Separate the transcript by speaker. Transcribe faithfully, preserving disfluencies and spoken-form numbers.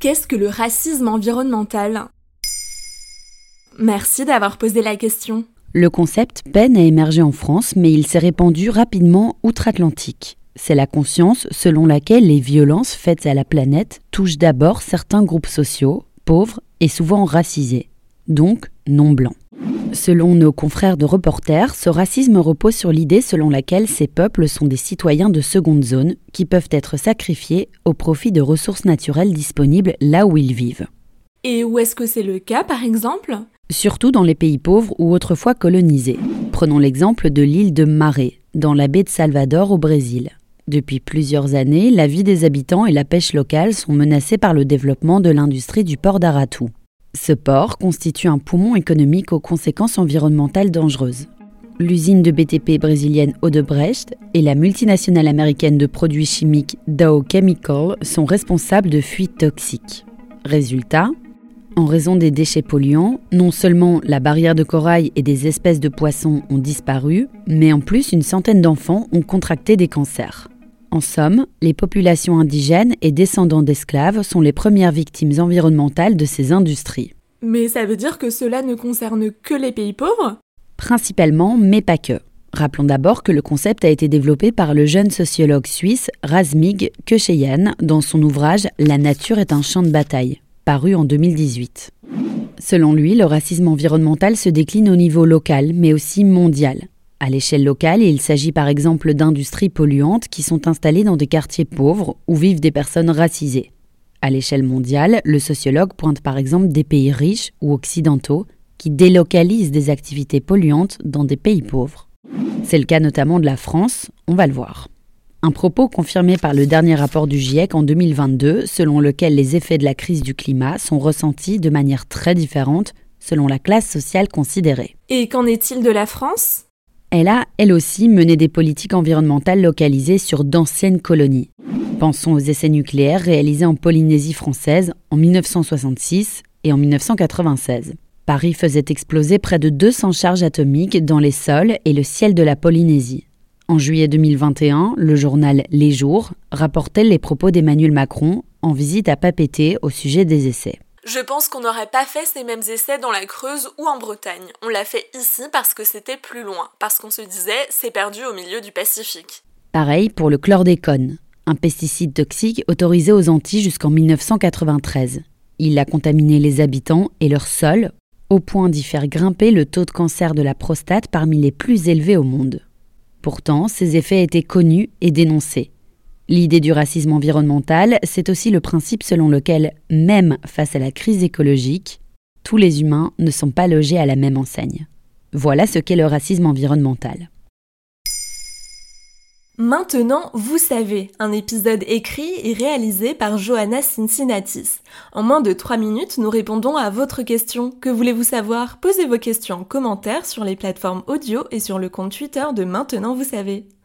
Speaker 1: Qu'est-ce que le racisme environnemental ? Merci d'avoir posé la question.
Speaker 2: Le concept peine à émerger en France, mais il s'est répandu rapidement outre-Atlantique. C'est la conscience selon laquelle les violences faites à la planète touchent d'abord certains groupes sociaux, pauvres et souvent racisés, donc non blancs. Selon nos confrères de Reporters, ce racisme repose sur l'idée selon laquelle ces peuples sont des citoyens de seconde zone qui peuvent être sacrifiés au profit de ressources naturelles disponibles là où ils vivent.
Speaker 1: Et où est-ce que c'est le cas, par exemple ?
Speaker 2: Surtout dans les pays pauvres ou autrefois colonisés. Prenons l'exemple de l'île de Maré, dans la baie de Salvador au Brésil. Depuis plusieurs années, la vie des habitants et la pêche locale sont menacées par le développement de l'industrie du port d'Aratu. Ce port constitue un poumon économique aux conséquences environnementales dangereuses. L'usine de B T P brésilienne Odebrecht et la multinationale américaine de produits chimiques Dow Chemical sont responsables de fuites toxiques. Résultat, en raison des déchets polluants, non seulement la barrière de corail et des espèces de poissons ont disparu, mais en plus une centaine d'enfants ont contracté des cancers. En somme, les populations indigènes et descendants d'esclaves sont les premières victimes environnementales de ces industries.
Speaker 1: Mais ça veut dire que cela ne concerne que les pays pauvres ?
Speaker 2: Principalement, mais pas que. Rappelons d'abord que le concept a été développé par le jeune sociologue suisse Razmig Köseyan dans son ouvrage « La nature est un champ de bataille », paru en deux mille dix-huit. Selon lui, le racisme environnemental se décline au niveau local, mais aussi mondial. À l'échelle locale, il s'agit par exemple d'industries polluantes qui sont installées dans des quartiers pauvres où vivent des personnes racisées. À l'échelle mondiale, le sociologue pointe par exemple des pays riches ou occidentaux qui délocalisent des activités polluantes dans des pays pauvres. C'est le cas notamment de la France, on va le voir. Un propos confirmé par le dernier rapport du GIEC en deux mille vingt-deux, selon lequel les effets de la crise du climat sont ressentis de manière très différente selon la classe sociale considérée.
Speaker 1: Et qu'en est-il de la France ?
Speaker 2: Elle a, elle aussi, mené des politiques environnementales localisées sur d'anciennes colonies. Pensons aux essais nucléaires réalisés en Polynésie française en dix-neuf cent soixante-six et en dix-neuf cent quatre-vingt-seize. Paris faisait exploser près de deux cents charges atomiques dans les sols et le ciel de la Polynésie. En juillet deux mille vingt et un, le journal Les Jours rapportait les propos d'Emmanuel Macron en visite à Papeete au sujet des essais.
Speaker 1: Je pense qu'on n'aurait pas fait ces mêmes essais dans la Creuse ou en Bretagne. On l'a fait ici parce que c'était plus loin, parce qu'on se disait c'est perdu au milieu du Pacifique.
Speaker 2: Pareil pour le chlordécone, un pesticide toxique autorisé aux Antilles jusqu'en dix-neuf cent quatre-vingt-treize. Il a contaminé les habitants et leur sol, au point d'y faire grimper le taux de cancer de la prostate parmi les plus élevés au monde. Pourtant, ces effets étaient connus et dénoncés. L'idée du racisme environnemental, c'est aussi le principe selon lequel, même face à la crise écologique, tous les humains ne sont pas logés à la même enseigne. Voilà ce qu'est le racisme environnemental.
Speaker 1: Maintenant, vous savez, un épisode écrit et réalisé par Johanna Cincinnatis. En moins de trois minutes, nous répondons à votre question. Que voulez-vous savoir ? Posez vos questions en commentaire sur les plateformes audio et sur le compte Twitter de Maintenant, vous savez.